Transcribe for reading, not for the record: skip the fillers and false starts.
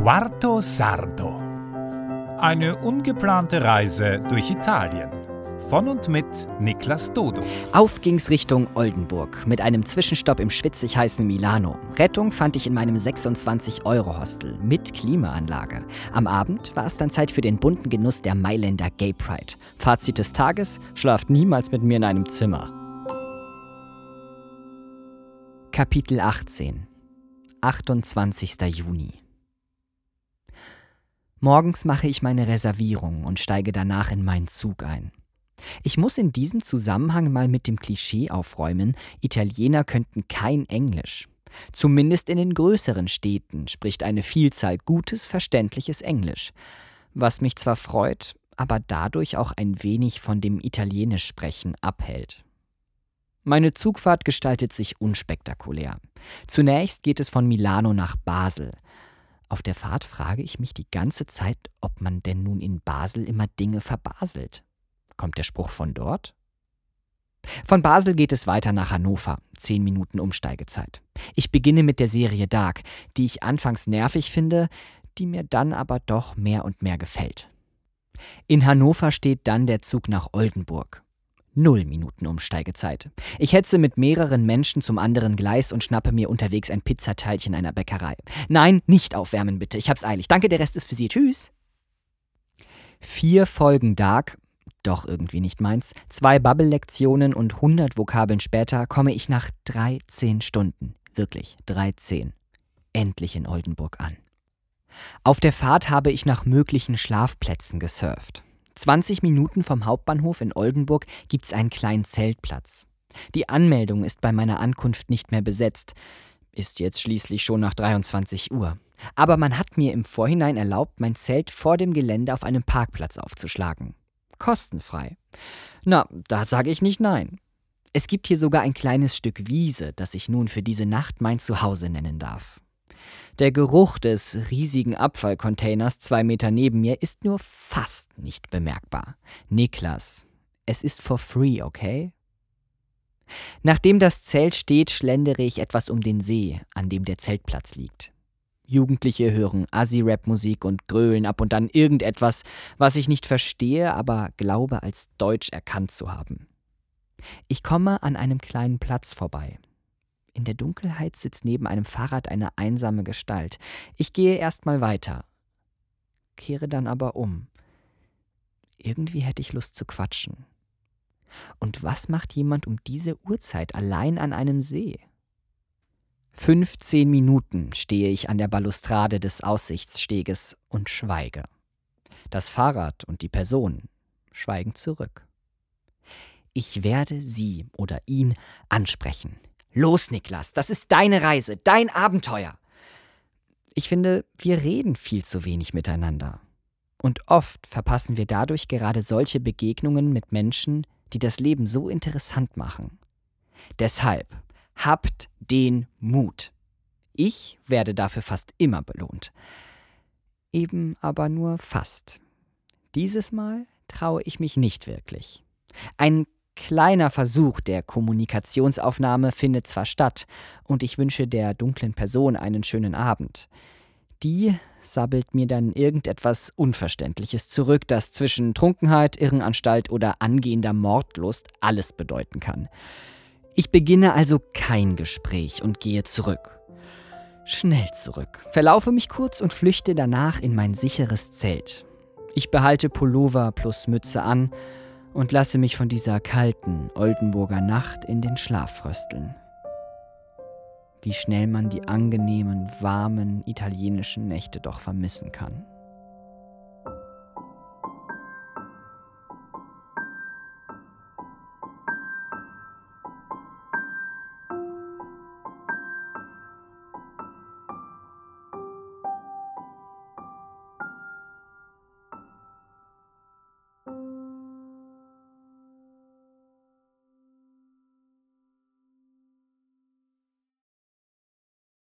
Quarto Sardo. Eine ungeplante Reise durch Italien. Von und mit Niklas Dodo. Auf ging's Richtung Oldenburg, mit einem Zwischenstopp im schwitzig heißen Milano. Rettung fand ich in meinem 26-Euro-Hostel mit Klimaanlage. Am Abend war es dann Zeit für den bunten Genuss der Mailänder Gay Pride. Fazit des Tages: Schlaft niemals mit mir in einem Zimmer. Kapitel 18. 28. Juni. Morgens mache ich meine Reservierung und steige danach in meinen Zug ein. Ich muss in diesem Zusammenhang mal mit dem Klischee aufräumen, Italiener könnten kein Englisch. Zumindest in den größeren Städten spricht eine Vielzahl gutes, verständliches Englisch. Was mich zwar freut, aber dadurch auch ein wenig von dem Italienisch-Sprechen abhält. Meine Zugfahrt gestaltet sich unspektakulär. Zunächst geht es von Milano nach Basel. Auf der Fahrt frage ich mich die ganze Zeit, ob man denn nun in Basel immer Dinge verbaselt. Kommt der Spruch von dort? Von Basel geht es weiter nach Hannover, 10 Minuten Umsteigezeit. Ich beginne mit der Serie Dark, die ich anfangs nervig finde, die mir dann aber doch mehr und mehr gefällt. In Hannover steht dann der Zug nach Oldenburg. 0 Minuten Umsteigezeit. Ich hetze mit mehreren Menschen zum anderen Gleis und schnappe mir unterwegs ein Pizzateilchen einer Bäckerei. Nein, nicht aufwärmen bitte, ich hab's eilig. Danke, der Rest ist für Sie. Tschüss. 4 Folgen Dark, doch irgendwie nicht meins. 2 Bubble-Lektionen und 100 Vokabeln später komme ich nach 13 Stunden, wirklich 13, endlich in Oldenburg an. Auf der Fahrt habe ich nach möglichen Schlafplätzen gesurft. 20 Minuten vom Hauptbahnhof in Oldenburg gibt's einen kleinen Zeltplatz. Die Anmeldung ist bei meiner Ankunft nicht mehr besetzt. Ist jetzt schließlich schon nach 23 Uhr. Aber man hat mir im Vorhinein erlaubt, mein Zelt vor dem Gelände auf einem Parkplatz aufzuschlagen. Kostenfrei. Na, da sage ich nicht nein. Es gibt hier sogar ein kleines Stück Wiese, das ich nun für diese Nacht mein Zuhause nennen darf. Der Geruch des riesigen Abfallcontainers 2 Meter neben mir ist nur fast nicht bemerkbar. Niklas, es ist for free, okay? Nachdem das Zelt steht, schlendere ich etwas um den See, an dem der Zeltplatz liegt. Jugendliche hören Assi-Rap-Musik und grölen ab und an irgendetwas, was ich nicht verstehe, aber glaube als deutsch erkannt zu haben. Ich komme an einem kleinen Platz vorbei. In der Dunkelheit sitzt neben einem Fahrrad eine einsame Gestalt. Ich gehe erstmal weiter, kehre dann aber um. Irgendwie hätte ich Lust zu quatschen. Und was macht jemand um diese Uhrzeit allein an einem See? 15 Minuten stehe ich an der Balustrade des Aussichtssteges und schweige. Das Fahrrad und die Person schweigen zurück. Ich werde sie oder ihn ansprechen. Los, Niklas, das ist deine Reise, dein Abenteuer. Ich finde, wir reden viel zu wenig miteinander. Und oft verpassen wir dadurch gerade solche Begegnungen mit Menschen, die das Leben so interessant machen. Deshalb habt den Mut. Ich werde dafür fast immer belohnt. Eben aber nur fast. Dieses Mal traue ich mich nicht wirklich. Ein kleiner Versuch der Kommunikationsaufnahme findet zwar statt und ich wünsche der dunklen Person einen schönen Abend. Die sabbelt mir dann irgendetwas Unverständliches zurück, das zwischen Trunkenheit, Irrenanstalt oder angehender Mordlust alles bedeuten kann. Ich beginne also kein Gespräch und gehe zurück. Schnell zurück, verlaufe mich kurz und flüchte danach in mein sicheres Zelt. Ich behalte Pullover plus Mütze an und lasse mich von dieser kalten Oldenburger Nacht in den Schlaf frösteln. Wie schnell man die angenehmen, warmen italienischen Nächte doch vermissen kann.